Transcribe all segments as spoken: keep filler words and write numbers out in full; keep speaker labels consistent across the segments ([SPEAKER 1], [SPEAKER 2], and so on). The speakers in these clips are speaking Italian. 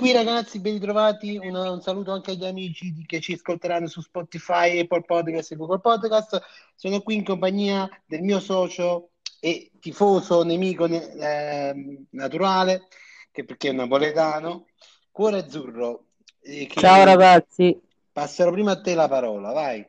[SPEAKER 1] qui ragazzi, ben ritrovati. Una- un saluto anche agli amici di- che ci ascolteranno su Spotify, Apple Podcast e Google Podcast. Sono qui in compagnia del mio socio e tifoso nemico ne- ehm, naturale, che perché è napoletano, Cuore Azzurro, e
[SPEAKER 2] Ciao
[SPEAKER 1] che
[SPEAKER 2] ragazzi,
[SPEAKER 1] passerò prima a te la parola, vai.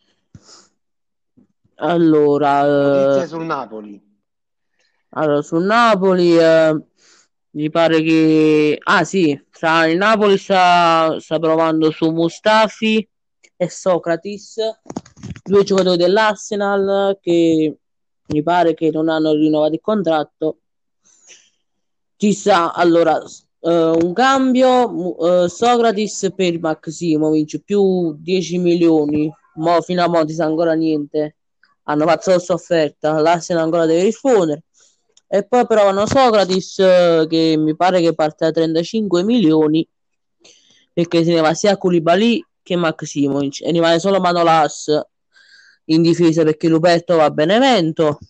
[SPEAKER 2] allora,
[SPEAKER 1] Notizie
[SPEAKER 2] eh,
[SPEAKER 1] sul Napoli.
[SPEAKER 2] allora sul Napoli eh, mi pare che... Ah sì, sta- il Napoli sta, sta provando su Mustafi e Socrates, due giocatori dell'Arsenal che mi pare che non hanno rinnovato il contratto. Ci sta allora eh, un cambio, mu- eh, Socrates per Maximovic più dieci milioni, mo fino a mo' ti sa ancora niente. Hanno fatto questa offerta, l'Arsenal ancora deve rispondere. E poi provano Socrates eh, che mi pare che parte da trentacinque milioni perché se ne va sia Koulibaly che Maximovic e rimane solo Manolas in difesa perché Luperto va a Benevento.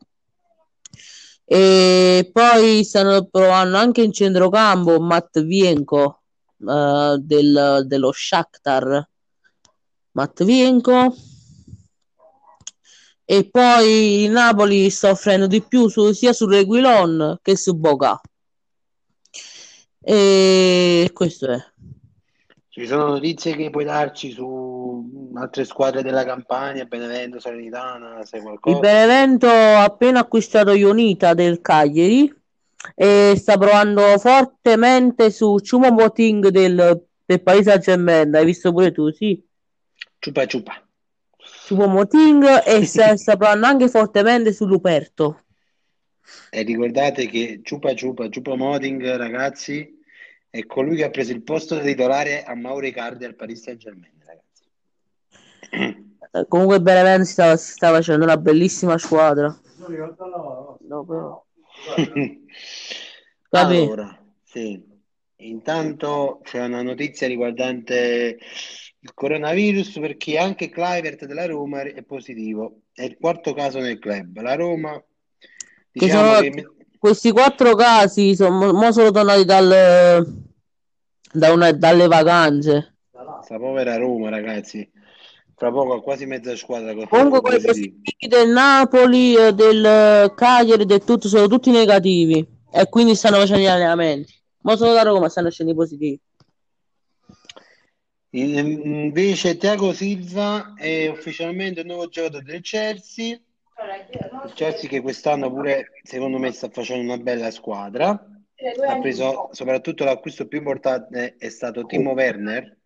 [SPEAKER 2] E poi stanno provando anche in centrocampo Matvienko eh, del- dello Shakhtar. Matvienko. E poi il Napoli sta offrendo di più su- sia su Reguilon che su Boga. E questo è.
[SPEAKER 1] Ci sono notizie che puoi darci su altre squadre della Campania, Benevento, Salernitana, sai
[SPEAKER 2] Il
[SPEAKER 1] qualcosa?
[SPEAKER 2] Benevento ha appena acquistato Ionita del Cagliari e sta provando fortemente su Choupo-Moting del, del Paris Saint-Germain. Hai visto pure tu, sì?
[SPEAKER 1] Ciupa ciupa.
[SPEAKER 2] Choupo-Moting e sta, sta provando anche fortemente su Luperto.
[SPEAKER 1] E ricordate che Ciupa Ciupa, Ciupa Moting, ragazzi, è colui che ha preso il posto da titolare a Mauro Icardi al Paris Saint-Germain, ragazzi.
[SPEAKER 2] Eh, Comunque il Benevento si sta, si sta facendo una bellissima squadra. No, però. Capì?
[SPEAKER 1] Allora, sì, intanto c'è una notizia riguardante il coronavirus perché anche Kluivert della Roma è positivo. È il quarto caso nel club. La Roma,
[SPEAKER 2] Che
[SPEAKER 1] diciamo
[SPEAKER 2] sono
[SPEAKER 1] che
[SPEAKER 2] questi quattro casi sono, mo sono tornati dal, da una- dalle vacanze.
[SPEAKER 1] sta povera Roma, ragazzi, fra poco ha quasi mezza squadra con
[SPEAKER 2] Comunque
[SPEAKER 1] fatto
[SPEAKER 2] quelli
[SPEAKER 1] positivo.
[SPEAKER 2] positivi del Napoli, eh, del Cagliari, del tutto sono tutti negativi e quindi stanno facendo gli allenamenti. Ma solo da Roma stanno scendendo i positivi.
[SPEAKER 1] In- Invece Thiago Silva è ufficialmente il nuovo giocatore del Chelsea. Il Chelsea che quest'anno pure, secondo me, sta facendo una bella squadra. Ha preso soprattutto l'acquisto più importante è stato Timo Werner,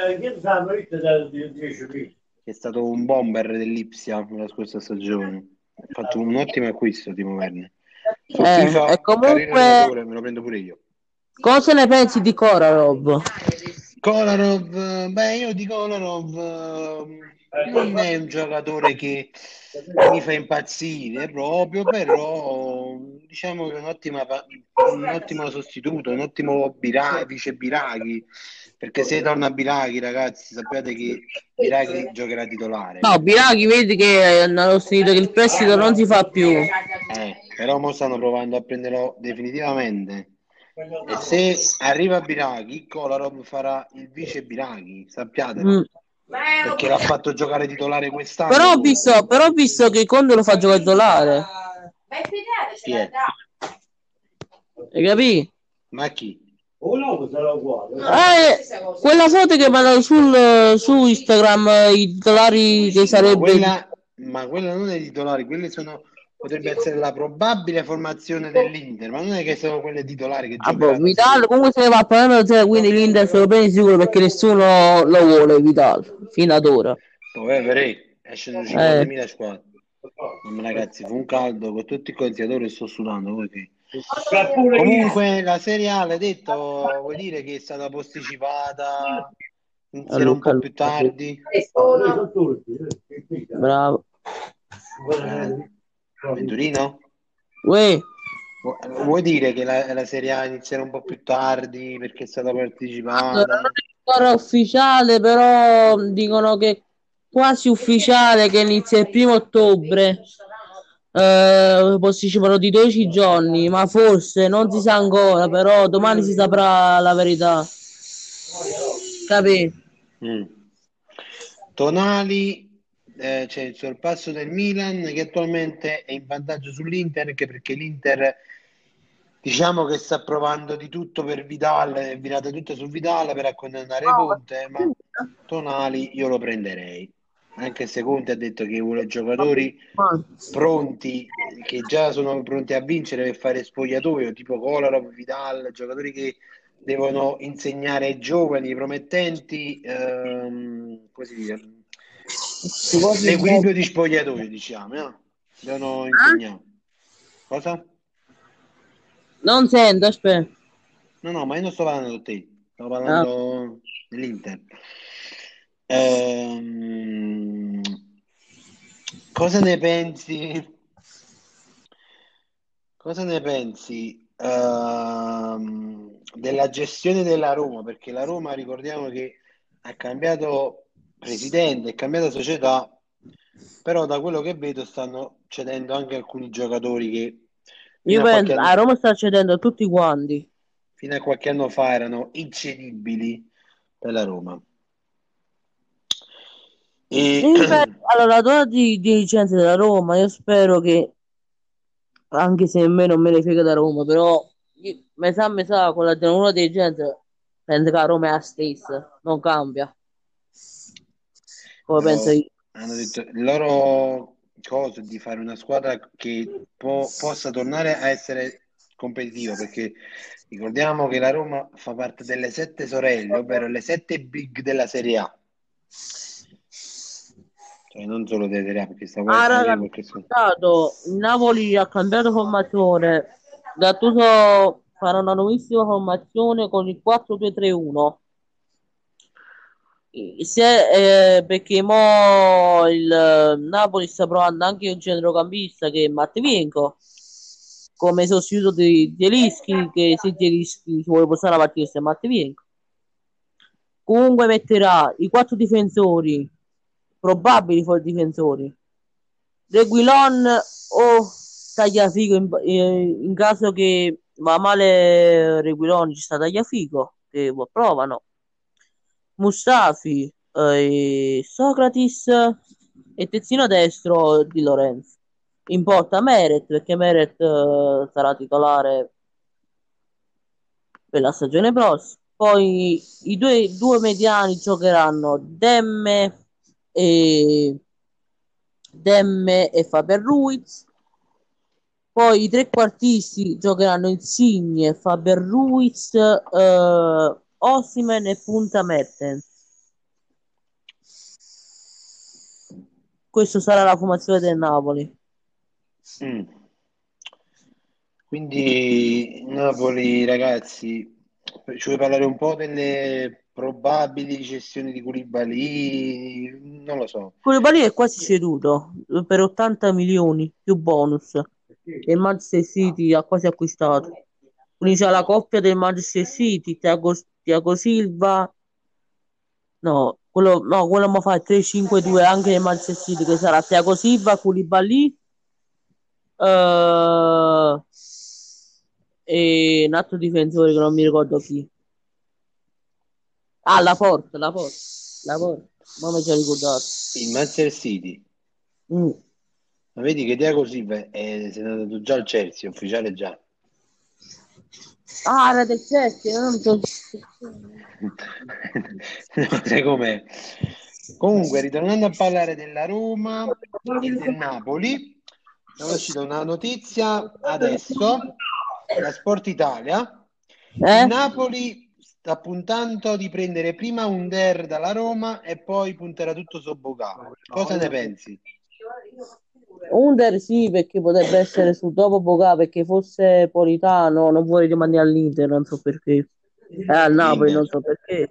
[SPEAKER 1] che è stato un bomber dell'Ipsia la scorsa stagione. Ha fatto un ottimo acquisto Timo Werner. Su
[SPEAKER 2] Eh, e
[SPEAKER 1] FIFA, carriera
[SPEAKER 2] comunque,
[SPEAKER 1] allenatore, me lo prendo pure io.
[SPEAKER 2] cosa ne pensi di Kolarov?
[SPEAKER 1] Kolarov, beh, io di Kolarov eh, non è un giocatore che mi fa impazzire proprio, però diciamo che è un'ottima pa- un ottimo sostituto, un ottimo Bira- vice Biraghi, perché se torna Biraghi, ragazzi, sappiate che Biraghi giocherà titolare.
[SPEAKER 2] No, Biraghi vedi che hanno sentito che il prestito non si fa più.
[SPEAKER 1] Eh, però mo stanno provando a prenderlo definitivamente. E se arriva Biraghi, Kolarov farà il vice Biraghi, sappiatelo,
[SPEAKER 2] Mm.
[SPEAKER 1] perché l'ha fatto giocare titolare quest'anno
[SPEAKER 2] Però ho
[SPEAKER 1] pure.
[SPEAKER 2] visto, però ho visto che Conte lo fa giocare titolare.
[SPEAKER 1] Chi è?
[SPEAKER 2] Hai capito?
[SPEAKER 1] Ma chi?
[SPEAKER 2] Eh, quella foto che mandano sul, su Instagram, eh, i titolari che
[SPEAKER 1] Ma
[SPEAKER 2] sarebbe...
[SPEAKER 1] quella, ma quella non è titolare, quelle sono, potrebbe essere la probabile formazione dell'Inter, ma non è che sono quelle titolari che
[SPEAKER 2] Ah, boh,
[SPEAKER 1] giocheranno
[SPEAKER 2] Vidal
[SPEAKER 1] sicuro.
[SPEAKER 2] comunque se ne va a Palermo, quindi l'Inter se lo prende sicuro perché nessuno lo vuole Vidal, fino ad ora.
[SPEAKER 1] Poi, vedrei, escono
[SPEAKER 2] Eh.
[SPEAKER 1] cinquantamila squadre. Mamma ragazzi, fa un caldo con tutti i conteggiatori e sto sudando. Voi che- Comunque, la Serie A, l'hai detto, vuoi dire che è stata posticipata?
[SPEAKER 2] A
[SPEAKER 1] Inizierà un
[SPEAKER 2] Luca,
[SPEAKER 1] po' più
[SPEAKER 2] Luca.
[SPEAKER 1] tardi?
[SPEAKER 2] Bravo.
[SPEAKER 1] Eh, Venturino?
[SPEAKER 2] Uè,
[SPEAKER 1] Vu- Vuoi dire che la, la Serie A inizierà un po' più tardi perché è stata
[SPEAKER 2] allora, non
[SPEAKER 1] partecipata?
[SPEAKER 2] è ancora ufficiale, però dicono che è quasi ufficiale che inizia il primo ottobre. Eh, posticipano di dodici giorni, ma forse non si sa ancora, però domani si saprà la verità. Capì?
[SPEAKER 1] Mm. Tonali, eh, c'è il sorpasso del Milan che attualmente è in vantaggio sull'Inter, anche perché l'Inter diciamo che sta provando di tutto per Vidal, è virata tutto su Vidal per accondannare Conte, ma Tonali io lo prenderei, anche se Conte ha detto che vuole giocatori pronti, che già sono pronti a vincere per fare spogliatoio, tipo Kolarov, Vidal, giocatori che devono insegnare ai giovani, ai promettenti, ehm, come si dice, l'equilibrio di spogliatoio, diciamo, no? Devono insegnare. Cosa?
[SPEAKER 2] Non sento, aspetta.
[SPEAKER 1] No, no, ma io non sto parlando di te, sto
[SPEAKER 2] Ah.
[SPEAKER 1] parlando dell'Inter. Ehm, cosa ne pensi? Cosa ne pensi ehm, della gestione della Roma? Perché la Roma, ricordiamo che ha cambiato presidente, ha cambiato società, però da quello che vedo stanno cedendo anche alcuni giocatori che
[SPEAKER 2] Io
[SPEAKER 1] fino a qualche
[SPEAKER 2] penso, a
[SPEAKER 1] anno,
[SPEAKER 2] Roma sta cedendo a tutti quanti.
[SPEAKER 1] fino a qualche anno fa erano incedibili per la Roma. E
[SPEAKER 2] Io penso- allora, la tua di dirigenza della Roma, io spero che, anche se a me non me ne frega da Roma, però io- mi sa, mi sa, con la nuova dirigenza, penso che la Roma è la stessa, non cambia, come penso
[SPEAKER 1] Però
[SPEAKER 2] io.
[SPEAKER 1] hanno detto il loro coso è di fare una squadra che po- possa tornare a essere competitiva, perché ricordiamo che la Roma fa parte delle sette sorelle, ovvero le sette big della Serie A, cioè non solo della Serie A, perché sta
[SPEAKER 2] Ah,
[SPEAKER 1] qualche,
[SPEAKER 2] raga,
[SPEAKER 1] arriva
[SPEAKER 2] mi
[SPEAKER 1] qualche
[SPEAKER 2] sono
[SPEAKER 1] squadra.
[SPEAKER 2] scordato, il Napoli ha cambiato formazione, Gattuso farà una nuovissima formazione con il quattro due tre uno. Se, eh, perché mo il eh, Napoli sta provando anche un centrocampista che è Matvienko come sostituto di Zielinski, che se Zielinski si vuole passare la partita è Matvienko. Comunque metterà i quattro difensori, probabili for difensori, Reguilon o Tagliafico in, in- in caso che va male Reguilon ci sta Tagliafico che provano. Mustafi, eh, Socrates e terzino destro di Lorenzo. In porta Meret perché Meret eh, sarà titolare per la stagione prossima. Poi i due, due mediani giocheranno Demme e, Demme e Faber Ruiz. Poi i trequartisti giocheranno Insigne, Faber Ruiz, eh, Osimhen e Punta Mertens. Questa sarà la formazione del Napoli.
[SPEAKER 1] Mm. Quindi Napoli, ragazzi, ci vuoi parlare un po' delle probabili cessioni di Koulibaly? Non lo so.
[SPEAKER 2] Koulibaly è quasi ceduto per ottanta milioni più bonus che il Manchester City ha quasi acquistato. Quindi c'è la coppia del Manchester City, Thiago, Thiago Silva, no, quello, no, quello mi fa tre cinque due anche del Manchester City che sarà Thiago Silva, Koulibaly eh, e un altro difensore che non mi ricordo chi. Ah, la Porta, la Porta, la Porta, ma mi ci ha ricordato.
[SPEAKER 1] Il Manchester City,
[SPEAKER 2] Mm.
[SPEAKER 1] ma vedi che Thiago Silva è, se n'è andato già al Chelsea, ufficiale già.
[SPEAKER 2] Ah, era del Chelsea, io non so.
[SPEAKER 1] No, sai com'è? Comunque, ritornando a parlare della Roma e del Napoli, è uscita una notizia adesso da Sport Italia. Il
[SPEAKER 2] Eh?
[SPEAKER 1] Napoli sta puntando di prendere prima Under dalla Roma e poi punterà tutto su Boga. Cosa ne pensi?
[SPEAKER 2] Under sì, perché potrebbe essere su dopo Boca, perché fosse Politano non vuole rimanere all'Inter, non so perché. Eh, al Napoli,
[SPEAKER 1] L'Inter.
[SPEAKER 2] non so perché.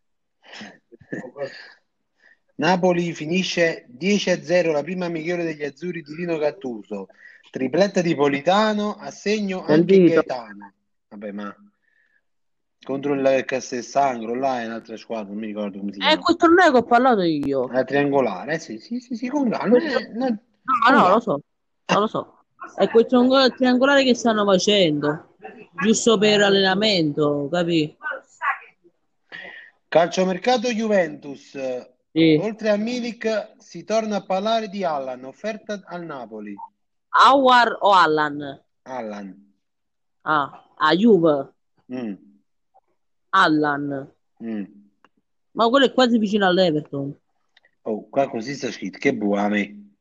[SPEAKER 1] Napoli finisce dieci a zero la prima migliore degli azzurri di Rino Gattuso. Tripletta di Politano, a segno anche
[SPEAKER 2] Sentito?
[SPEAKER 1] Gaetano. Vabbè, ma contro il Castelsancro, là è un'altra squadra, non mi ricordo come si
[SPEAKER 2] È
[SPEAKER 1] chiama.
[SPEAKER 2] quel torneo che ho parlato io.
[SPEAKER 1] La triangolare, eh, sì, sì, sì, sì, con calma.
[SPEAKER 2] Questo-
[SPEAKER 1] eh, no,
[SPEAKER 2] No,
[SPEAKER 1] con
[SPEAKER 2] no, lo
[SPEAKER 1] calma.
[SPEAKER 2] so. non lo so. È quel triangolare, triangolare che stanno facendo, giusto per allenamento, capì?
[SPEAKER 1] Calciomercato Juventus.
[SPEAKER 2] Sì.
[SPEAKER 1] Oltre a Milik si torna a parlare di Allan, offerta al Napoli.
[SPEAKER 2] Awar o Allan?
[SPEAKER 1] Allan.
[SPEAKER 2] Ah, a Juve,
[SPEAKER 1] Mm,
[SPEAKER 2] Allan.
[SPEAKER 1] mm.
[SPEAKER 2] Ma quello è quasi vicino all'Everton.
[SPEAKER 1] Oh, qua così sta scritto, che buone.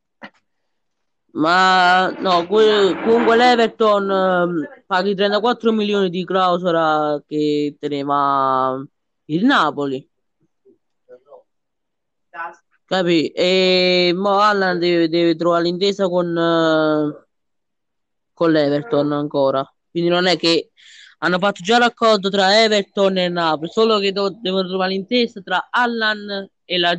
[SPEAKER 2] Ma no, que- comunque l'Everton ehm, paghi trentaquattro milioni di clausola che teneva il Napoli, capì? E mo Allan deve, deve trovare l'intesa con, eh, con l'Everton ancora. Quindi non è che hanno fatto già l'accordo tra Everton e Napoli, solo che do- devono trovare l'intesa tra Allan e, la,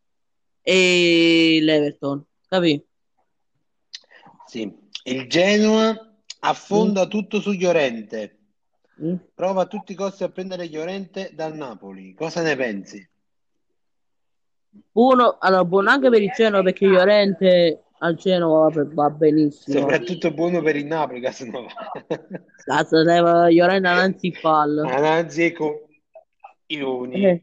[SPEAKER 2] e l'Everton, capì?
[SPEAKER 1] Sì. Il Genoa
[SPEAKER 2] Mm?
[SPEAKER 1] affonda tutto su Llorente.
[SPEAKER 2] Mm?
[SPEAKER 1] Prova a tutti i costi a prendere Llorente dal Napoli. Cosa ne pensi?
[SPEAKER 2] Buono, allora, buono anche per il Genoa perché Llorente al Genoa va, va benissimo.
[SPEAKER 1] Soprattutto buono per il Napoli, Casanova.
[SPEAKER 2] Cazzo, leva Llorente avanti in palla.
[SPEAKER 1] Ananzi, ecco,
[SPEAKER 2] Eh,
[SPEAKER 1] Ioni.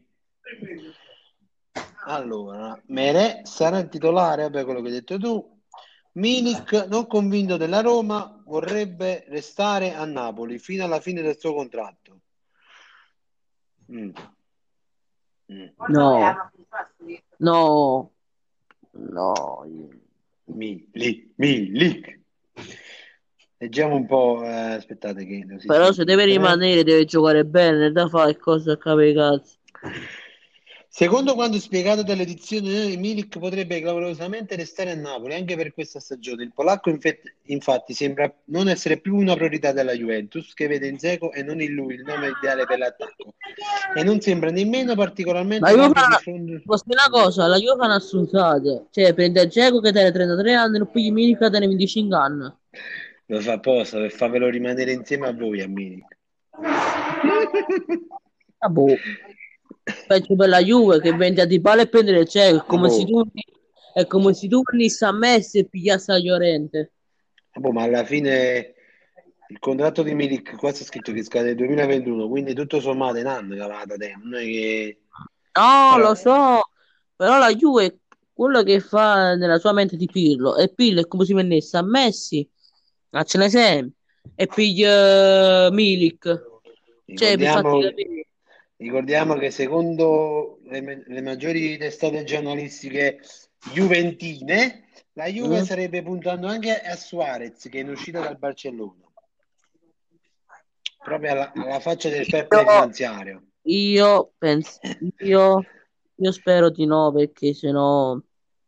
[SPEAKER 1] Allora, Mere sarà il titolare, vabbè, quello che hai detto tu. Milik, non convinto della Roma, vorrebbe restare a Napoli fino alla fine del suo contratto. Mm, mm.
[SPEAKER 2] no, no, no.
[SPEAKER 1] Milik, Milik. Leggiamo un po', eh, aspettate che lo si
[SPEAKER 2] Però se
[SPEAKER 1] sente
[SPEAKER 2] deve
[SPEAKER 1] differente.
[SPEAKER 2] rimanere deve giocare bene, da fare cosa a capo i cazzi.
[SPEAKER 1] Secondo quanto spiegato dall'edizione, Milik potrebbe clamorosamente restare a Napoli anche per questa stagione. Il polacco infet- infatti sembra non essere più una priorità della Juventus, che vede in Dzeko e non in lui il nome ideale per l'attacco. E non sembra nemmeno
[SPEAKER 2] La
[SPEAKER 1] particolarmente
[SPEAKER 2] Juve
[SPEAKER 1] caldo di
[SPEAKER 2] fa,
[SPEAKER 1] fronte.
[SPEAKER 2] posso dire una
[SPEAKER 1] Mm.
[SPEAKER 2] cosa, la Juve fa una stronzata. Cioè, prende Dzeko che tiene trentatré anni, non pigli Milik che tiene venticinque anni.
[SPEAKER 1] Lo fa apposta per farvelo rimanere insieme a voi, a Milik.
[SPEAKER 2] Ah, boh. Peggio per la Juve che vende a Dybala e prendere il Dzeko. È come se
[SPEAKER 1] Boh.
[SPEAKER 2] tu, è come se tu venissi a Messi e pigliassi a Llorente.
[SPEAKER 1] Boh, ma alla fine il contratto di Milik qua c'è scritto che scade nel duemilaventuno, quindi tutto sommato è un anno che va da te, non è che...
[SPEAKER 2] No, lo
[SPEAKER 1] Però,
[SPEAKER 2] so, però la Juve quello che fa nella sua mente di Pirlo e Pirlo è come se venisse a Messi, a ce ne sempre, e piglia eh, Milik, cioè per farti
[SPEAKER 1] ricordiamo,
[SPEAKER 2] capire.
[SPEAKER 1] ricordiamo che secondo le, me- le maggiori testate giornalistiche juventine, la Juve
[SPEAKER 2] Mm?
[SPEAKER 1] starebbe puntando anche a Suarez, che è in uscita dal Barcellona, proprio alla, alla faccia del fair
[SPEAKER 2] Io,
[SPEAKER 1] play finanziario.
[SPEAKER 2] io penso, io, io spero di no perché sennò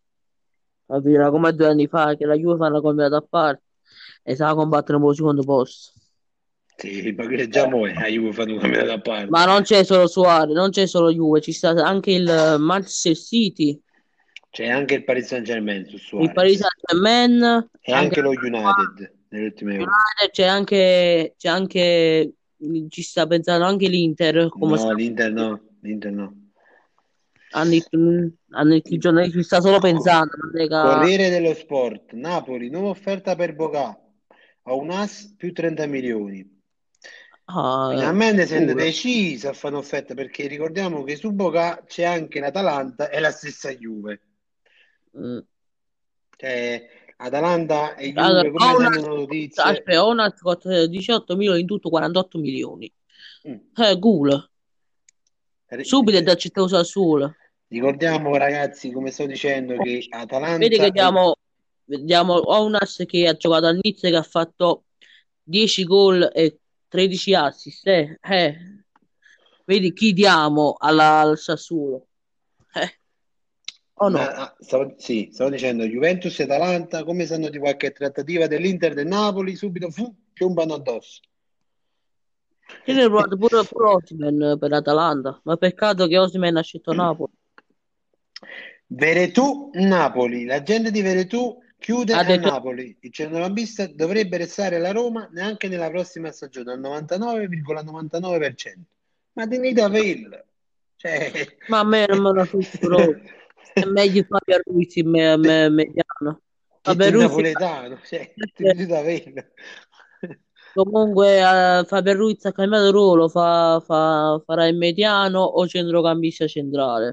[SPEAKER 2] capirà come due anni fa che la Juve fa una combinata a parte e sa combattere per il secondo posto.
[SPEAKER 1] Sì, ma che già mo' è, la Juve fa una camminata a
[SPEAKER 2] Ma
[SPEAKER 1] parte.
[SPEAKER 2] non c'è solo Suarez, non c'è solo Juve, ci sta anche il eh, Manchester City,
[SPEAKER 1] C'è anche il Paris Saint-Germain su
[SPEAKER 2] il Paris
[SPEAKER 1] Suarez
[SPEAKER 2] Saint-Germain,
[SPEAKER 1] e
[SPEAKER 2] anche
[SPEAKER 1] anche lo
[SPEAKER 2] la Roma,
[SPEAKER 1] United nelle ultime ore.
[SPEAKER 2] United, c'è anche, c'è anche, ci sta pensando anche l'Inter, come
[SPEAKER 1] No,
[SPEAKER 2] sta,
[SPEAKER 1] l'Inter no, l'Inter no.
[SPEAKER 2] hanno detto, hanno detto i giornalisti, ci sta solo pensando, non è che-
[SPEAKER 1] Corriere dello Sport, Napoli, nuova offerta per Bocà, a un as più trenta milioni.
[SPEAKER 2] ah,
[SPEAKER 1] Finalmente si è
[SPEAKER 2] pure.
[SPEAKER 1] decisa a fare un'offerta perché ricordiamo che su Bocà c'è anche l'Atalanta e la stessa Juve.
[SPEAKER 2] Mm.
[SPEAKER 1] Cioè, Atalanta e
[SPEAKER 2] Allora,
[SPEAKER 1] Juve, come
[SPEAKER 2] Onas,
[SPEAKER 1] sembrano notizie,
[SPEAKER 2] aspetta, Onas costa diciotto milioni, in tutto quarantotto milioni.
[SPEAKER 1] mm,
[SPEAKER 2] Eh, cool. Subito è da
[SPEAKER 1] ri-
[SPEAKER 2] città Sassuolo.
[SPEAKER 1] ricordiamo ragazzi, come sto dicendo, che
[SPEAKER 2] Vedi che
[SPEAKER 1] Atalanta e
[SPEAKER 2] diamo, diamo Ounas che ha giocato a Nizza che ha fatto dieci gol e tredici assist. Eh, eh. Vedi chi diamo alla- al Sassuolo? Eh, o
[SPEAKER 1] Ma
[SPEAKER 2] no?
[SPEAKER 1] ah, stavo, sì, stavo dicendo Juventus e Atalanta, come sanno di qualche trattativa dell'Inter del Napoli, subito fu, piombano addosso.
[SPEAKER 2] Io ne ho provato pure, pure Osimhen per l'Atalanta, ma peccato che Osimhen ha scelto Napoli.
[SPEAKER 1] Veretù Napoli, la gente di Veretù chiude
[SPEAKER 2] Ha
[SPEAKER 1] a
[SPEAKER 2] detto,
[SPEAKER 1] Napoli. Il centrocampista dovrebbe restare alla Roma neanche nella prossima stagione al novantanove virgola novantanove per cento. Ma tenete a averlo. Cioè...
[SPEAKER 2] ma a me non me lo scelto proprio. È meglio Fabio Ruiz in me, me- mediano.
[SPEAKER 1] Che tu
[SPEAKER 2] Faberuzzi
[SPEAKER 1] napoletano, cioè, tu tu da averlo.
[SPEAKER 2] comunque eh, Faberuzzi ha cambiato ruolo, fa, fa- farà il mediano o centrocampista centrale.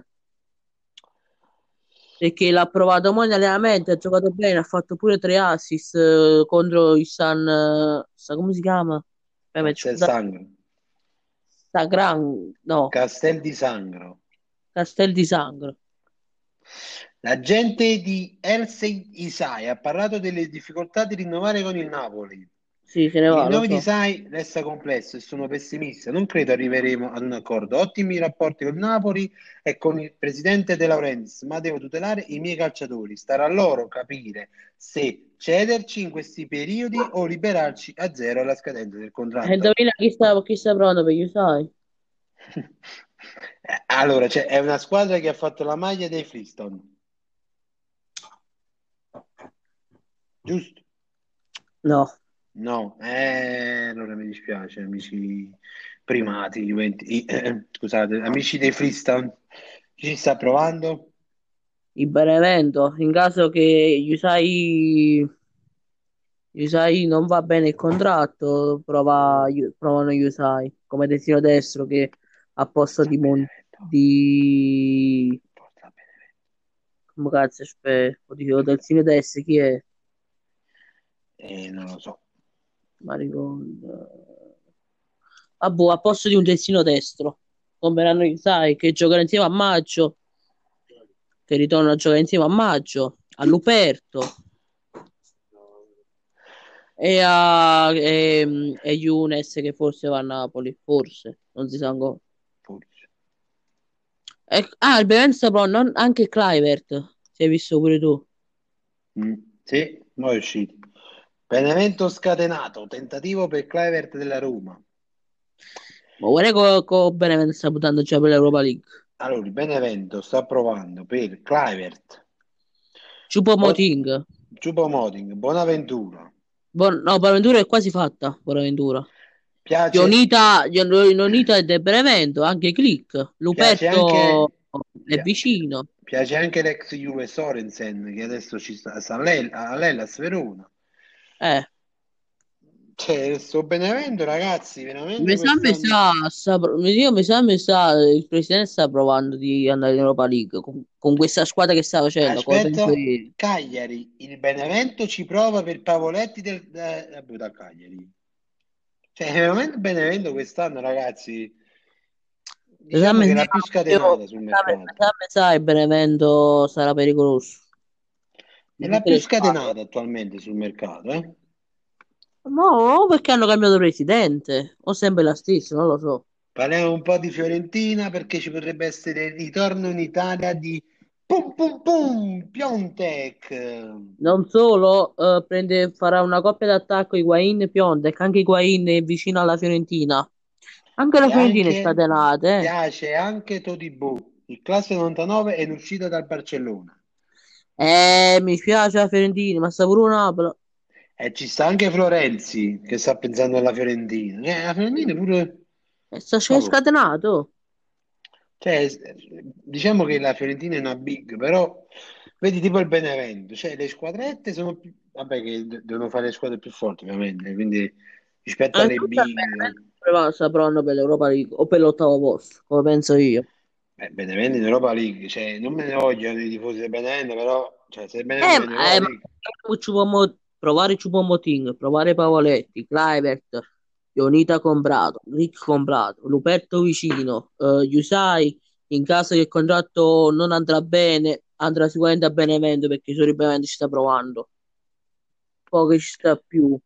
[SPEAKER 2] Perché l'ha provato mo in allenamento, ha giocato bene, ha fatto pure tre assist eh, contro il San, eh, sa come si chiama? Eh, mi è
[SPEAKER 1] Castel
[SPEAKER 2] scordato.
[SPEAKER 1] Sangro.
[SPEAKER 2] Sagran, no,
[SPEAKER 1] Castel di Sangro.
[SPEAKER 2] Castel di Sangro.
[SPEAKER 1] L'agente di Elsey Isai ha parlato delle difficoltà di rinnovare con il Napoli.
[SPEAKER 2] Sì, se ne
[SPEAKER 1] Il
[SPEAKER 2] va, lo
[SPEAKER 1] rinnovo di
[SPEAKER 2] so.
[SPEAKER 1] Isai resta complesso e sono pessimista. Non credo arriveremo ad un accordo. Ottimi rapporti con il Napoli e con il presidente De Laurentiis, ma devo tutelare i miei calciatori. Starà a loro capire se cederci in questi periodi o liberarci a zero alla scadenza del
[SPEAKER 2] E
[SPEAKER 1] contratto.
[SPEAKER 2] indovina chi sta, chi sta provando per gli sai?
[SPEAKER 1] Allora, c'è- è una squadra che ha fatto la maglia dei Freestone, giusto?
[SPEAKER 2] No,
[SPEAKER 1] No, eh, allora mi dispiace, amici primati, Juventi- i- eh, scusate, amici dei Freestone, chi ci sta provando?
[SPEAKER 2] il Benevento, in caso che gli sai, gli sai non va bene il contratto, prova, provano gli sai come terzino destro che a posto
[SPEAKER 1] Forza
[SPEAKER 2] di, Mon-
[SPEAKER 1] Benevento,
[SPEAKER 2] di
[SPEAKER 1] forza Benevento.
[SPEAKER 2] come cazzo aspetta, oddio, terzino destro chi è?
[SPEAKER 1] Eh, non lo so.
[SPEAKER 2] Ma ricordo. Ah, boh, a posto di un terzino destro, compreranno gli sai che giocano insieme a Maggio, che ritornano a giocare insieme a Maggio, a Luperto e a e, e Younes che forse va a Napoli, forse, non si sa ancora.
[SPEAKER 1] Forse.
[SPEAKER 2] E- ah, il Benevento sta provando non- anche Kluivert, si hai visto pure tu.
[SPEAKER 1] Mm, sì, mo è uscito. Benevento scatenato, tentativo per Kluivert della Roma.
[SPEAKER 2] Ma guarda che co, Benevento sta buttando già per l'Europa League.
[SPEAKER 1] Allora, il Benevento sta provando per Kluivert, Bo-
[SPEAKER 2] Choupo-Moting.
[SPEAKER 1] Choupo-Moting, Bonaventura.
[SPEAKER 2] Bon- no, Bonaventura è quasi fatta, Bonaventura.
[SPEAKER 1] Piace,
[SPEAKER 2] Ionita, Ionita è del Benevento, anche Click.
[SPEAKER 1] piace
[SPEAKER 2] Luperto
[SPEAKER 1] anche,
[SPEAKER 2] è
[SPEAKER 1] pia-
[SPEAKER 2] vicino.
[SPEAKER 1] piace anche l'ex Juve Sorensen che adesso ci sta, sta all'El- all'Hellas Verona.
[SPEAKER 2] Eh,
[SPEAKER 1] Cioè, sto Benevento, ragazzi, veramente
[SPEAKER 2] mi sa, mi
[SPEAKER 1] quest'anno.
[SPEAKER 2] sa, sta, io, mi sa, mi sa, il presidente sta provando di andare in Europa League con, con questa squadra che sta facendo, come penso
[SPEAKER 1] Aspetta,
[SPEAKER 2] io.
[SPEAKER 1] Cagliari, il Benevento ci prova per Pavoletti del, eh, vabbè, da Cagliari. Cioè, veramente Benevento quest'anno, ragazzi,
[SPEAKER 2] Mi sa,
[SPEAKER 1] diciamo
[SPEAKER 2] mi
[SPEAKER 1] che è
[SPEAKER 2] sa,
[SPEAKER 1] la più
[SPEAKER 2] io-
[SPEAKER 1] scatenata sul
[SPEAKER 2] mi sa, mi
[SPEAKER 1] mercato.
[SPEAKER 2] sa, mi sa, il Benevento sarà pericoloso
[SPEAKER 1] È
[SPEAKER 2] di
[SPEAKER 1] la
[SPEAKER 2] tutte
[SPEAKER 1] più
[SPEAKER 2] le squadre.
[SPEAKER 1] scatenata attualmente sul mercato, eh?
[SPEAKER 2] No, perché hanno cambiato presidente, o sempre la stessa, non lo so.
[SPEAKER 1] Parliamo un po' di Fiorentina perché ci potrebbe essere il ritorno in Italia di Pum Pum Pum Piontek.
[SPEAKER 2] Non solo, eh, prende, farà una coppia d'attacco Higuain e Piontek, anche Higuain è vicino alla Fiorentina. Anche la
[SPEAKER 1] E
[SPEAKER 2] Fiorentina è
[SPEAKER 1] anche
[SPEAKER 2] scatenata, eh.
[SPEAKER 1] piace anche Todibo, il classe novantanove è in uscita dal Barcellona.
[SPEAKER 2] Eh, mi spiace la Fiorentina, ma sta pure un Napoli.
[SPEAKER 1] E ci sta anche Florenzi che sta pensando alla Fiorentina. Eh, la Fiorentina pure.
[SPEAKER 2] Eh, sta c'è
[SPEAKER 1] Vabbè.
[SPEAKER 2] scatenato.
[SPEAKER 1] Cioè, diciamo che la Fiorentina è una big, però vedi tipo il Benevento, cioè le squadrette sono più, vabbè che de- devono fare le squadre più forti ovviamente, quindi rispetto
[SPEAKER 2] Eh,
[SPEAKER 1] alle
[SPEAKER 2] tutta
[SPEAKER 1] big,
[SPEAKER 2] bene, sta provando per l'Europa League o per l'ottavo posto, come penso io.
[SPEAKER 1] eh, Benevento in Europa League, cioè non me ne vogliono i tifosi del Benevento, però cioè, se il Benevento
[SPEAKER 2] Eh,
[SPEAKER 1] va in
[SPEAKER 2] ma,
[SPEAKER 1] Europa
[SPEAKER 2] eh, ma
[SPEAKER 1] League,
[SPEAKER 2] Choupo-Mo- provare Choupo-Moting, provare Pavoletti, Kluivert, Ionita comprato, Rick comprato, Luperto vicino, eh, Yusai in caso che il contratto non andrà bene, andrà sicuramente a Benevento perché solo il Benevento ci sta provando. Poi che ci sta più.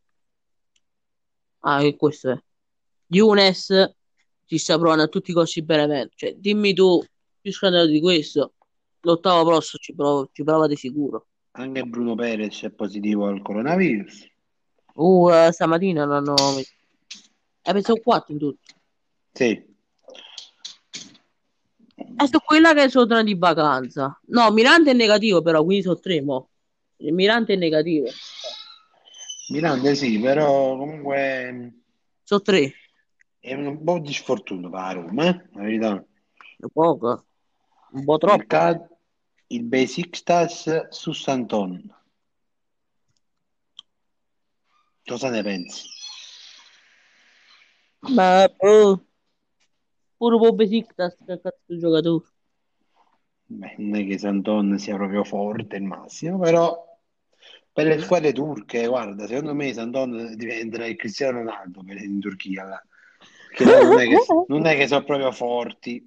[SPEAKER 2] Ah, che questo è. Younes ci sta provando a tutti i costi Benevento. Cioè, dimmi tu, più scandalo di questo, l'ottavo posto ci prova, ci prova di sicuro.
[SPEAKER 1] anche Bruno Perez è positivo al coronavirus.
[SPEAKER 2] Uh, eh, stamattina non hanno... Eh, pensavo quattro in tutto.
[SPEAKER 1] Sì,
[SPEAKER 2] E su quella che sono tornati di vacanza. No, Mirante è negativo però, quindi sono tre mo. Il Mirante è negativo.
[SPEAKER 1] Miranda sì, però comunque
[SPEAKER 2] Sono tre.
[SPEAKER 1] è un po' di sfortuna per la Roma, eh? La verità.
[SPEAKER 2] Poco. Un po' troppo.
[SPEAKER 1] Mercato, il Besiktas su Santon. Cosa ne pensi?
[SPEAKER 2] Ma oh, pure po' Besiktas che cazzo di giocatore.
[SPEAKER 1] Beh, non è che Santon sia proprio forte il massimo, però per le squadre turche, guarda, secondo me Santon diventerà il Cristiano Ronaldo per- in Turchia, là. Perché là non è che, non è che sono proprio forti.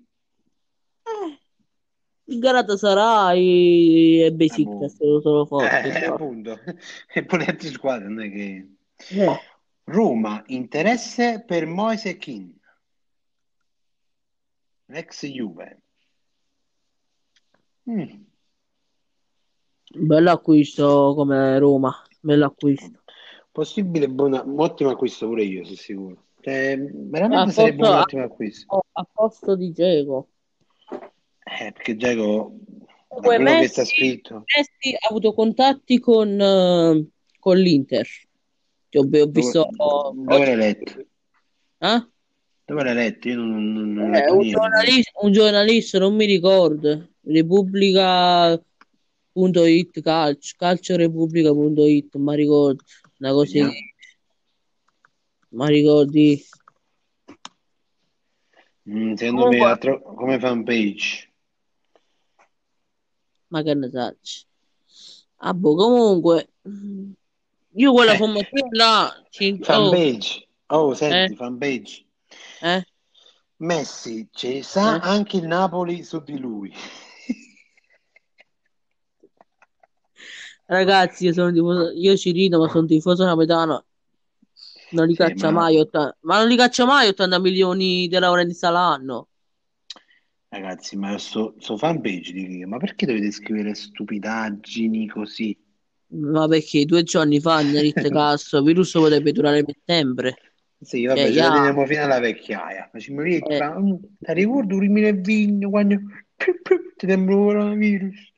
[SPEAKER 2] Il Galatasaray e
[SPEAKER 1] Ah, boh.
[SPEAKER 2] Besiktas sono, sono forti,
[SPEAKER 1] Eh,
[SPEAKER 2] però.
[SPEAKER 1] appunto, e poi le altre squadre non è che...
[SPEAKER 2] Eh,
[SPEAKER 1] Roma, interesse per Moise Kean, ex Juve. Mm.
[SPEAKER 2] bello acquisto come Roma, bello acquisto.
[SPEAKER 1] Possibile, buona, un ottimo acquisto pure io, sono sicuro. Cioè,
[SPEAKER 2] A
[SPEAKER 1] veramente sarebbe
[SPEAKER 2] posto,
[SPEAKER 1] un
[SPEAKER 2] a,
[SPEAKER 1] ottimo acquisto.
[SPEAKER 2] a posto di Dzeko.
[SPEAKER 1] Eh, perché Giacomo, da
[SPEAKER 2] Comunque
[SPEAKER 1] quello che sta
[SPEAKER 2] Messi,
[SPEAKER 1] scritto,
[SPEAKER 2] Messi ha avuto contatti con, eh, con l'Inter. Che Ho, ho
[SPEAKER 1] dove,
[SPEAKER 2] visto
[SPEAKER 1] dove
[SPEAKER 2] oggi.
[SPEAKER 1] l'hai letto?
[SPEAKER 2] Eh?
[SPEAKER 1] Dove l'hai letto? Io non, non- non ho
[SPEAKER 2] Eh,
[SPEAKER 1] letto
[SPEAKER 2] un
[SPEAKER 1] niente. Non-
[SPEAKER 2] giornalista, un giornalista, non mi ricordo, Repubblica punto it, calcio, calciorepubblica punto it, ma ricordo, una cosa,
[SPEAKER 1] Vediamo.
[SPEAKER 2] ma ricordi.
[SPEAKER 1] Mm, secondo me
[SPEAKER 2] Comunque,
[SPEAKER 1] ha tro- come fanpage.
[SPEAKER 2] ma che ne sacci. Ah, boh, comunque, mm, io quella
[SPEAKER 1] Eh,
[SPEAKER 2] formazione là, ci- oh,
[SPEAKER 1] fanpage. Oh,
[SPEAKER 2] eh,
[SPEAKER 1] senti, fanpage.
[SPEAKER 2] eh,
[SPEAKER 1] Messi, ci sa
[SPEAKER 2] eh.
[SPEAKER 1] anche il Napoli su di lui.
[SPEAKER 2] Ragazzi, io sono tifoso, io ci rido, ma sono tifoso napoletano, non li
[SPEAKER 1] Sì,
[SPEAKER 2] caccia
[SPEAKER 1] ma
[SPEAKER 2] mai, ottanta, ma non li caccia mai ottanta milioni di laurenza l'anno.
[SPEAKER 1] ragazzi, ma sto, sto fanpage di ma perché dovete scrivere stupidaggini così?
[SPEAKER 2] Ma perché due giorni fa, Nerit Castro, virus potrebbe durare per sempre.
[SPEAKER 1] Sì,
[SPEAKER 2] Cioè,
[SPEAKER 1] vabbè, ce la
[SPEAKER 2] ya,
[SPEAKER 1] teniamo fino alla vecchiaia. Facciamo lì,
[SPEAKER 2] eh,
[SPEAKER 1] ma, mm, ti ricordi un rimine vigno quando piu, piu, ti sembra un coronavirus?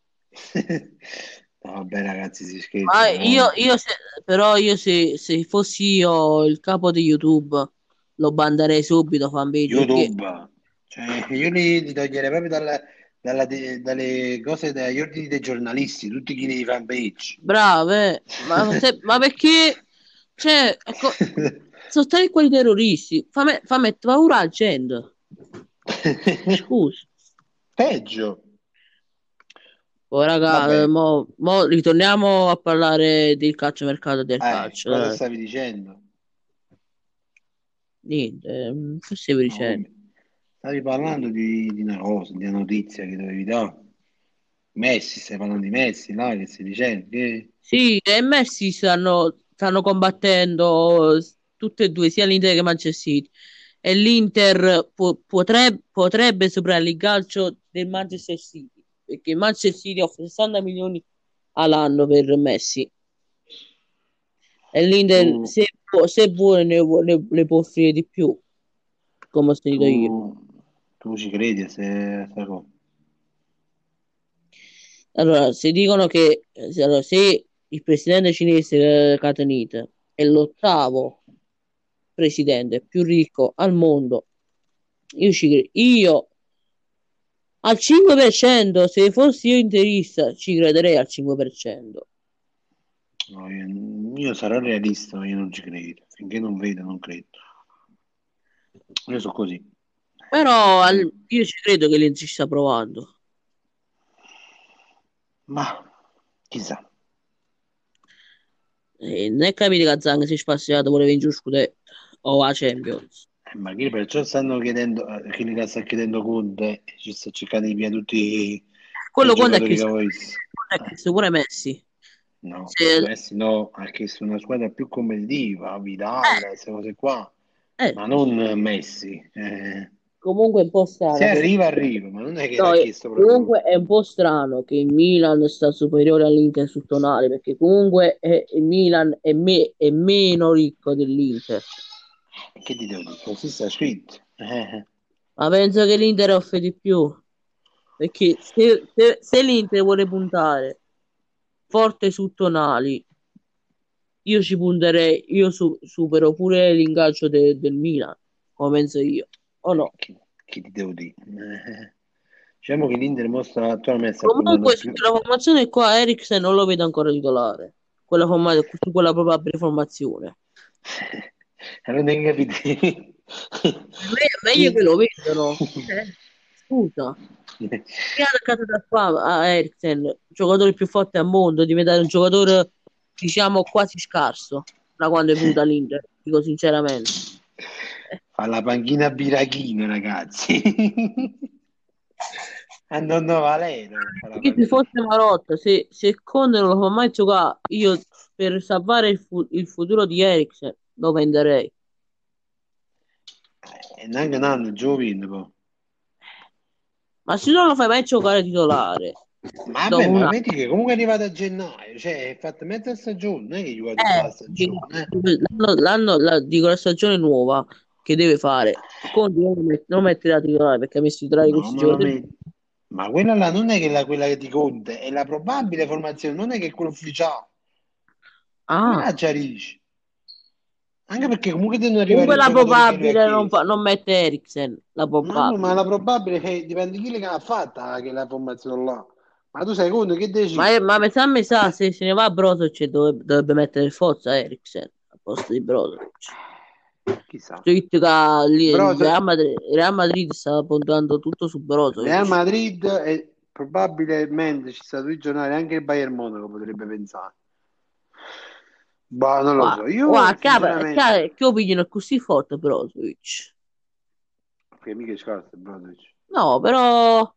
[SPEAKER 1] No, vabbè, ragazzi, si
[SPEAKER 2] ma
[SPEAKER 1] scherza,
[SPEAKER 2] io,
[SPEAKER 1] no?
[SPEAKER 2] io se, però io se, se fossi io il capo di YouTube, lo banderei subito fanpage, perché
[SPEAKER 1] YouTube, cioè, io li, li toglierei proprio dalla- dalla de- dalle cose, dagli ordini dei giornalisti, tutti chi di fanpage.
[SPEAKER 2] brave, ma, se- ma perché, cioè, ecco, sono stati quei terroristi, fa, me- fa mettere paura alla gente. Scusa.
[SPEAKER 1] Peggio.
[SPEAKER 2] Oh, raga, eh,
[SPEAKER 1] Vabbè,
[SPEAKER 2] mo, mo ritorniamo a parlare del calciomercato e del
[SPEAKER 1] eh,
[SPEAKER 2] calcio.
[SPEAKER 1] cosa
[SPEAKER 2] Dai.
[SPEAKER 1] stavi dicendo?
[SPEAKER 2] Niente, ehm, che stai
[SPEAKER 1] No,
[SPEAKER 2] dicendo?
[SPEAKER 1] come? Stavi parlando di, di una cosa, di una notizia che dovevi dare. Messi, stai parlando di Messi, là, che stai dicendo? Che...
[SPEAKER 2] Sì, e Messi stanno, stanno combattendo tutte e due, sia l'Inter che Manchester City. E l'Inter po- potrebbe, potrebbe superare il calcio del Manchester City, perché il Manchester City offre sessanta milioni all'anno per Messi. E l'Inter,
[SPEAKER 1] Tu,
[SPEAKER 2] se, se vuole, ne, ne, ne può offrire di più, come ho sentito io.
[SPEAKER 1] tu, tu ci credi a se, a sta cosa?
[SPEAKER 2] Allora, se dicono che eh, se, allora, se il presidente cinese eh, Katanite è l'ottavo presidente più ricco al mondo, io ci credo. Io al cinque per cento, se fossi io interista, ci crederei al cinque per cento.
[SPEAKER 1] No, io, io sarò realista, ma io non ci credo. Finché non vedo, non credo. Io sono così.
[SPEAKER 2] Però
[SPEAKER 1] Eh,
[SPEAKER 2] al- io ci credo che l'Inter ci sta provando.
[SPEAKER 1] ma chissà.
[SPEAKER 2] E non è capito che Zang si è spaziato, vuole vincere lo scudetto o la Champions.
[SPEAKER 1] Eh, ma chi perciò stanno chiedendo, eh, chi li sta chiedendo Conte, ci sta cercando di via tutti i, i
[SPEAKER 2] Quello quando è
[SPEAKER 1] giocatori
[SPEAKER 2] che
[SPEAKER 1] che avevo visto.
[SPEAKER 2] è
[SPEAKER 1] Eh,
[SPEAKER 2] chiesto pure Messi.
[SPEAKER 1] no,
[SPEAKER 2] Se,
[SPEAKER 1] Messi no, ha chiesto una squadra più competitiva, Vidal,
[SPEAKER 2] eh,
[SPEAKER 1] queste cose qua,
[SPEAKER 2] eh,
[SPEAKER 1] ma non Messi. Eh,
[SPEAKER 2] comunque è un po'
[SPEAKER 1] se
[SPEAKER 2] strano che
[SPEAKER 1] arriva, arriva, ma non è che
[SPEAKER 2] no,
[SPEAKER 1] ha
[SPEAKER 2] eh,
[SPEAKER 1] chiesto proprio...
[SPEAKER 2] comunque è un po' strano che il Milan sta superiore all'Inter su tonali, perché comunque è- il Milan è, me- è meno ricco dell'Inter.
[SPEAKER 1] Che ti devo dire? Così sta scritto. Eh,
[SPEAKER 2] Ma penso che l'Inter offre di più, perché se, se- se l'Inter vuole puntare forte su tonali, io ci punterei, io su- supero pure l'ingaggio de- del Milan, come penso io, o no?
[SPEAKER 1] che, che ti devo dire? Eh, diciamo che l'Inter mostra attualmente sta puntando
[SPEAKER 2] Comunque, su
[SPEAKER 1] più...
[SPEAKER 2] quella formazione qua Eriksen non lo vedo ancora titolare. quella, forma- su quella probabile formazione.
[SPEAKER 1] Non hai capito?
[SPEAKER 2] Per me è meglio che
[SPEAKER 1] Chi?
[SPEAKER 2] lo vendano. Eh, scusa. Chi ha attaccato da qua a Eriksen, il giocatore più forte al mondo, diventare un giocatore, diciamo, quasi scarso da quando è venuto all'Inter, dico sinceramente. Eh,
[SPEAKER 1] Fa la panchina a Birachino, ragazzi. A nonno Valero fa la
[SPEAKER 2] Io se
[SPEAKER 1] panchina.
[SPEAKER 2] fosse Marotta, se, se Conte non lo fa mai giocare, io per salvare il, fu- il futuro di Eriksen lo venderei.
[SPEAKER 1] E neanche un anno, giovine, poi.
[SPEAKER 2] Ma se non lo fai mai giocare titolare,
[SPEAKER 1] Ma vabbè,
[SPEAKER 2] dopo un
[SPEAKER 1] ma
[SPEAKER 2] anno,
[SPEAKER 1] vedi che comunque è arrivato a gennaio, cioè è fatto mezza stagione, non è che gli ha tutta la
[SPEAKER 2] eh, dico,
[SPEAKER 1] stagione, eh.
[SPEAKER 2] l'anno, l'anno- la, dico, la stagione nuova che deve fare, Conte non lo met- non metterà titolare perché ha messo titolare
[SPEAKER 1] No,
[SPEAKER 2] questi
[SPEAKER 1] ma, lo
[SPEAKER 2] giocatori.
[SPEAKER 1] met- ma quella là non è che la, quella che ti conta, è la probabile formazione, non è che è quella ufficiale.
[SPEAKER 2] Ah,
[SPEAKER 1] Quella già dici. Anche perché comunque devono arrivare
[SPEAKER 2] comunque
[SPEAKER 1] i
[SPEAKER 2] la
[SPEAKER 1] giocatori che lui ha
[SPEAKER 2] probabile non, fa-
[SPEAKER 1] chiesto.
[SPEAKER 2] non mette Eriksen, la
[SPEAKER 1] Ma, no, ma la
[SPEAKER 2] probabile.
[SPEAKER 1] probabile è dipende chi le ha fatta che la formazione là. Ma tu sai conto che
[SPEAKER 2] Ma,
[SPEAKER 1] decidi?
[SPEAKER 2] ma mi sa, mi sa, se se ne va Brozovic dovrebbe, dovrebbe mettere il Forza Eriksen al posto di Brozovic.
[SPEAKER 1] Chissà.
[SPEAKER 2] Sto detto che lì
[SPEAKER 1] Però
[SPEAKER 2] il
[SPEAKER 1] se-
[SPEAKER 2] Real Madrid, il Real Madrid sta puntando tutto su
[SPEAKER 1] Real
[SPEAKER 2] Brozovic.
[SPEAKER 1] Madrid e probabilmente ci sta sui giornali anche il Bayern Monaco potrebbe pensare. Bah, non lo
[SPEAKER 2] Guarda,
[SPEAKER 1] so. Io
[SPEAKER 2] guarda, che,
[SPEAKER 1] sinceramente,
[SPEAKER 2] che, che opinione è così forte Brozovic?
[SPEAKER 1] che mica è scarso, Brozovic.
[SPEAKER 2] No, però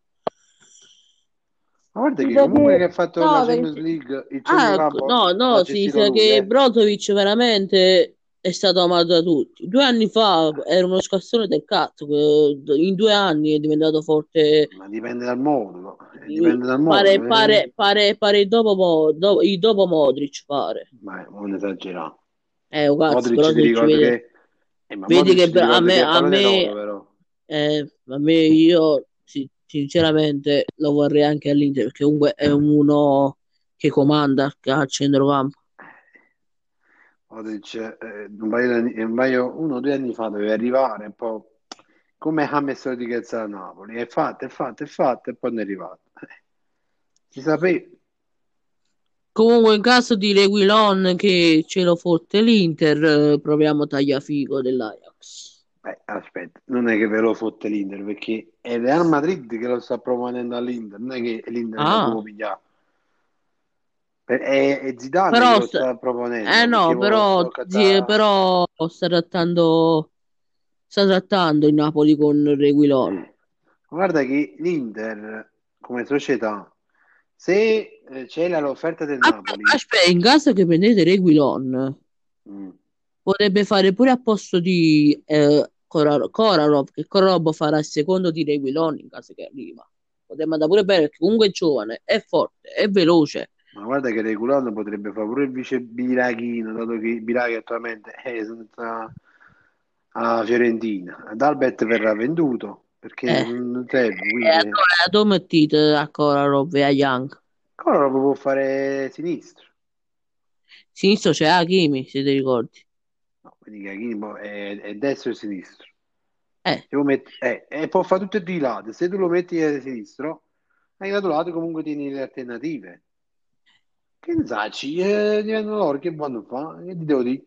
[SPEAKER 1] Ma guarda
[SPEAKER 2] si
[SPEAKER 1] che
[SPEAKER 2] sa
[SPEAKER 1] comunque
[SPEAKER 2] che
[SPEAKER 1] che ha fatto la
[SPEAKER 2] no,
[SPEAKER 1] Champions
[SPEAKER 2] perché
[SPEAKER 1] League, il
[SPEAKER 2] ah, ecco,
[SPEAKER 1] centrocampo
[SPEAKER 2] no,
[SPEAKER 1] l'ha
[SPEAKER 2] no, si
[SPEAKER 1] gestito
[SPEAKER 2] sa
[SPEAKER 1] lui,
[SPEAKER 2] che
[SPEAKER 1] eh.
[SPEAKER 2] Brozovic veramente è stato amato da tutti. Due anni fa era uno scassone del cazzo, che in due anni è diventato forte.
[SPEAKER 1] Ma dipende dal modulo, eh, dipende dal
[SPEAKER 2] Pare,
[SPEAKER 1] modulo, eh.
[SPEAKER 2] pare, pare, pare il dopo, Mo- do- il dopo Modric, pare.
[SPEAKER 1] Ma non esagerare.
[SPEAKER 2] Eh, oh, cazzo,
[SPEAKER 1] Modric
[SPEAKER 2] però
[SPEAKER 1] ti
[SPEAKER 2] se ci
[SPEAKER 1] ricordo
[SPEAKER 2] vede,
[SPEAKER 1] che, eh, ma
[SPEAKER 2] vedi
[SPEAKER 1] Modric
[SPEAKER 2] che
[SPEAKER 1] ti
[SPEAKER 2] a
[SPEAKER 1] ricordo
[SPEAKER 2] me,
[SPEAKER 1] che è
[SPEAKER 2] a
[SPEAKER 1] pallone d'oro
[SPEAKER 2] me,
[SPEAKER 1] però.
[SPEAKER 2] eh, a me io sì, sinceramente lo vorrei anche all'Inter perché comunque è uno che comanda a centrocampo.
[SPEAKER 1] Modric, eh, un paio di anni- un paio- uno o due anni fa doveva arrivare, un po' come James Rodriguez a Napoli. È fatto, è fatto, è fatto, e poi non è arrivato. Eh, si sapeva.
[SPEAKER 2] Comunque in caso di Reguilon che ce lo fotte l'Inter, eh, proviamo Tagliafico dell'Ajax.
[SPEAKER 1] Eh, aspetta, non è che ve lo fotte l'Inter, perché è il Real Madrid che lo sta proponendo all'Inter, non è che l'Inter la può
[SPEAKER 2] Ah,
[SPEAKER 1] pigliare. Per- È, è Zidane che
[SPEAKER 2] però,
[SPEAKER 1] lo
[SPEAKER 2] st-
[SPEAKER 1] sta
[SPEAKER 2] eh
[SPEAKER 1] proponendo, perché
[SPEAKER 2] no,
[SPEAKER 1] mo
[SPEAKER 2] però, sì,
[SPEAKER 1] toccata.
[SPEAKER 2] però sta trattando, sta trattando il Napoli con Reguilon.
[SPEAKER 1] Guarda che l'Inter, come società, se eh, c'è la- l'offerta del
[SPEAKER 2] Aspe-
[SPEAKER 1] Napoli,
[SPEAKER 2] Aspetta, in caso che prendete Reguilon,
[SPEAKER 1] mm,
[SPEAKER 2] potrebbe fare pure a posto di eh, Korar- Kolarov, che Kolarov farà il secondo di Reguilon in caso che arriva. Potrebbe andare pure bene perché comunque è giovane, è forte, è veloce.
[SPEAKER 1] ma guarda che Regulano potrebbe fare pure il vice Birachino, dato che Biraghi attualmente è senza a Fiorentina. Ad Albert verrà venduto perché
[SPEAKER 2] Eh,
[SPEAKER 1] non non serve,
[SPEAKER 2] e
[SPEAKER 1] quindi
[SPEAKER 2] allora dove mettete a Kolarov e a Young?
[SPEAKER 1] ancora lo può fare sinistro.
[SPEAKER 2] Sinistro c'è Hakimi, se ti ricordi.
[SPEAKER 1] No, quindi Chiellini mo è, è destro e sinistro.
[SPEAKER 2] Eh,
[SPEAKER 1] Se lo metti- eh, e può fare tutte e due i lati. Se tu lo metti a sinistro, ai lato lato comunque tieni le alternative. Che ne sai, eh, diventano loro, che vanno a fare? Che ti devo dire?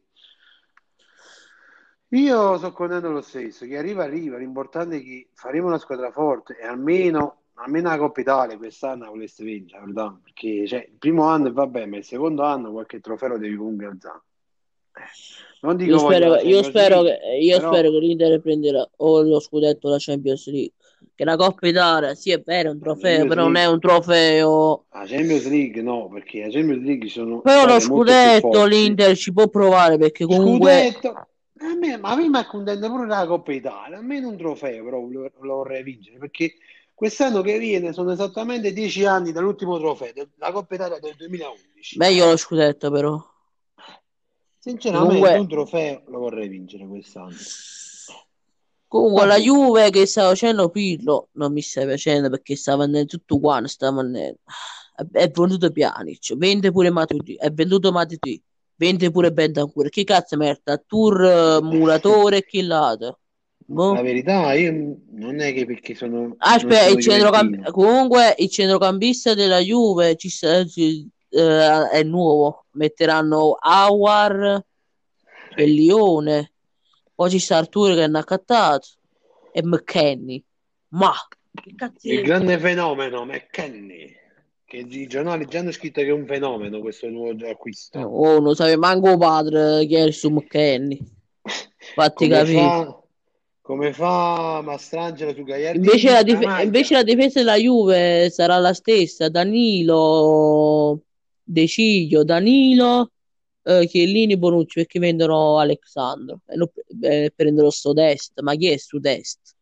[SPEAKER 1] Io sto contento lo stesso, che arriva arriva, l'importante è che faremo una squadra forte e almeno, almeno la Coppa Italia quest'anno la voleste vincere, la verità, perché cioè, il primo anno va bene, ma il secondo anno qualche trofeo lo devi comunque alzare. Eh, Non
[SPEAKER 2] io
[SPEAKER 1] dico voglio
[SPEAKER 2] spero,
[SPEAKER 1] la
[SPEAKER 2] io
[SPEAKER 1] Champions
[SPEAKER 2] spero che,
[SPEAKER 1] League,
[SPEAKER 2] io
[SPEAKER 1] però
[SPEAKER 2] spero che l'Inter prenderà o lo scudetto o la Champions League. Che la Coppa Italia, sì, è vero, è un
[SPEAKER 1] la
[SPEAKER 2] trofeo,
[SPEAKER 1] Champions
[SPEAKER 2] però non è
[SPEAKER 1] League,
[SPEAKER 2] un trofeo.
[SPEAKER 1] la Champions League no, perché la Champions League ci sono
[SPEAKER 2] Però lo
[SPEAKER 1] squadre molto più
[SPEAKER 2] scudetto
[SPEAKER 1] forti.
[SPEAKER 2] l'Inter ci può provare perché comunque.
[SPEAKER 1] Scudetto, a me, ma a me mi accontenta pure la Coppa Italia, almeno un trofeo, però lo, lo vorrei vincere, perché quest'anno che viene sono esattamente dieci anni dall'ultimo trofeo, del- la Coppa Italia del duemilaundici.
[SPEAKER 2] Meglio lo
[SPEAKER 1] Eh,
[SPEAKER 2] scudetto, però.
[SPEAKER 1] sinceramente
[SPEAKER 2] Comunque,
[SPEAKER 1] un trofeo lo vorrei vincere quest'anno.
[SPEAKER 2] comunque la
[SPEAKER 1] Vabbè,
[SPEAKER 2] Juve che sta facendo Pirlo non mi sta piacendo perché sta vendendo tutto quanto, sta vendendo. È, è venduto Pjanic, vende pure Matuidi, è venduto Matuidi, vende pure Bentancur. Chi cazzo merda? Tour, eh, muratore e killato.
[SPEAKER 1] ma la
[SPEAKER 2] Boh.
[SPEAKER 1] verità io non è che perché sono, non
[SPEAKER 2] Aspetta, il
[SPEAKER 1] sono
[SPEAKER 2] centrocamp-
[SPEAKER 1] juventino.
[SPEAKER 2] comunque il centrocampista della Juve ci sta, ci- eh, è nuovo, metteranno Awar e Lione, poi ci sta Arturo che è accattato e McKenny. Ma che cazzo
[SPEAKER 1] Il
[SPEAKER 2] è?
[SPEAKER 1] grande fenomeno, McKenny, che i giornali già hanno scritto che è un fenomeno questo nuovo acquisto.
[SPEAKER 2] Oh, non sapevo manco padre che era su McKenny. Fatti
[SPEAKER 1] Come
[SPEAKER 2] capire.
[SPEAKER 1] fa, come fa Mastrangelo su
[SPEAKER 2] Invece la,
[SPEAKER 1] Gagliardini? La
[SPEAKER 2] dif-
[SPEAKER 1] maglia.
[SPEAKER 2] invece la difesa della Juve sarà la stessa: Danilo, De Ciglio, Danilo, eh, Chiellini, Bonucci, perché vendono Alexandro e non eh, prendono sto Dest. Ma chi è su Dest?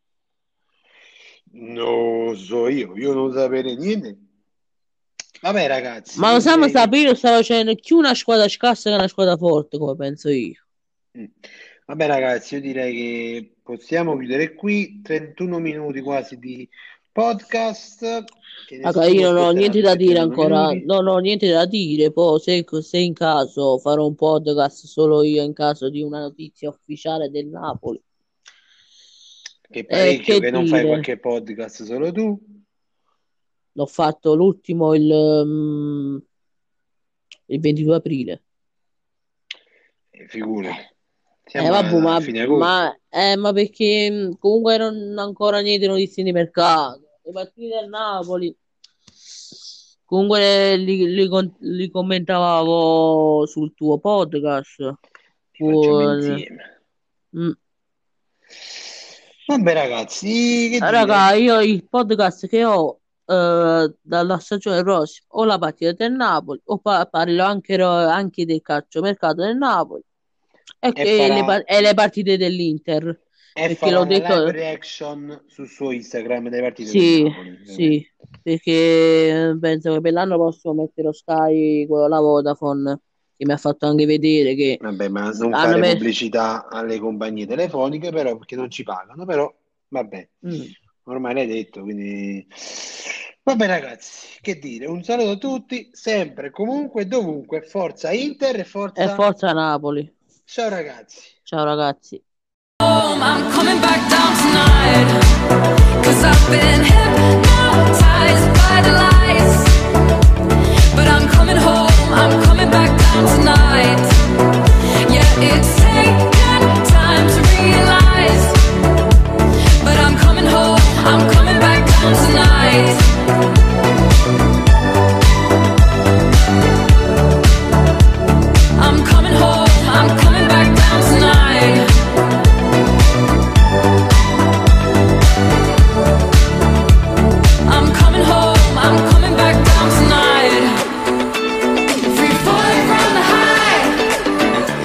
[SPEAKER 1] Non lo so io, io non sapere niente. Vabbè ragazzi,
[SPEAKER 2] Ma lo
[SPEAKER 1] io
[SPEAKER 2] Sam
[SPEAKER 1] direi che...
[SPEAKER 2] Sapiro sta facendo più una squadra scarsa che una squadra forte, come penso io.
[SPEAKER 1] Mm. Vabbè ragazzi, io direi che possiamo chiudere qui, trentuno minuti quasi di podcast, che
[SPEAKER 2] Raga,
[SPEAKER 1] nessuno
[SPEAKER 2] io non ho
[SPEAKER 1] aspetterà
[SPEAKER 2] niente da
[SPEAKER 1] più di
[SPEAKER 2] dire
[SPEAKER 1] trentuno
[SPEAKER 2] ancora,
[SPEAKER 1] minuti,
[SPEAKER 2] non ho niente da dire, poi se, se in caso farò un podcast solo io in caso di una notizia ufficiale del Napoli.
[SPEAKER 1] che
[SPEAKER 2] E
[SPEAKER 1] parecchio
[SPEAKER 2] che
[SPEAKER 1] che non fai
[SPEAKER 2] dire,
[SPEAKER 1] qualche podcast solo tu.
[SPEAKER 2] l'ho fatto l'ultimo il, mm, il ventidue aprile.
[SPEAKER 1] Eh, figurati,
[SPEAKER 2] Eh
[SPEAKER 1] siamo
[SPEAKER 2] vabbè,
[SPEAKER 1] a
[SPEAKER 2] ma,
[SPEAKER 1] fine agosto.
[SPEAKER 2] ma, eh, ma perché mm, comunque non ancora niente notizie di mercato. Le partite del Napoli. Comunque li, li, con- li commentavo sul tuo podcast.
[SPEAKER 1] Li facciamo
[SPEAKER 2] Fu-
[SPEAKER 1] insieme.
[SPEAKER 2] mm.
[SPEAKER 1] Vabbè ragazzi, che
[SPEAKER 2] Raga,
[SPEAKER 1] dire?
[SPEAKER 2] io il podcast che ho eh, dalla stagione prossima o la partita del Napoli o pa- parlo anche, anche del calciomercato del Napoli e,
[SPEAKER 1] E
[SPEAKER 2] che
[SPEAKER 1] farà,
[SPEAKER 2] le, par- e le partite dell'Inter
[SPEAKER 1] e
[SPEAKER 2] perché
[SPEAKER 1] farà
[SPEAKER 2] l'ho
[SPEAKER 1] una live
[SPEAKER 2] detto
[SPEAKER 1] reaction sul suo Instagram delle partite del
[SPEAKER 2] sì,
[SPEAKER 1] Napoli,
[SPEAKER 2] sì,
[SPEAKER 1] ovviamente.
[SPEAKER 2] perché penso che per l'anno prossimo metterò Sky, quello la Vodafone, che mi ha fatto anche vedere che
[SPEAKER 1] Vabbè, ma non
[SPEAKER 2] hanno
[SPEAKER 1] fare
[SPEAKER 2] messo...
[SPEAKER 1] pubblicità alle compagnie telefoniche, però, perché non ci pagano, però, vabbè,
[SPEAKER 2] Mm.
[SPEAKER 1] ormai l'hai detto, quindi... Vabbè ragazzi, che dire, un saluto a tutti, sempre, comunque, dovunque, forza Inter e
[SPEAKER 2] E
[SPEAKER 1] forza...
[SPEAKER 2] forza Napoli.
[SPEAKER 1] Ciao ragazzi.
[SPEAKER 2] Ciao ragazzi.
[SPEAKER 3] I'm coming back down tonight, 'cause I've been hypnotized.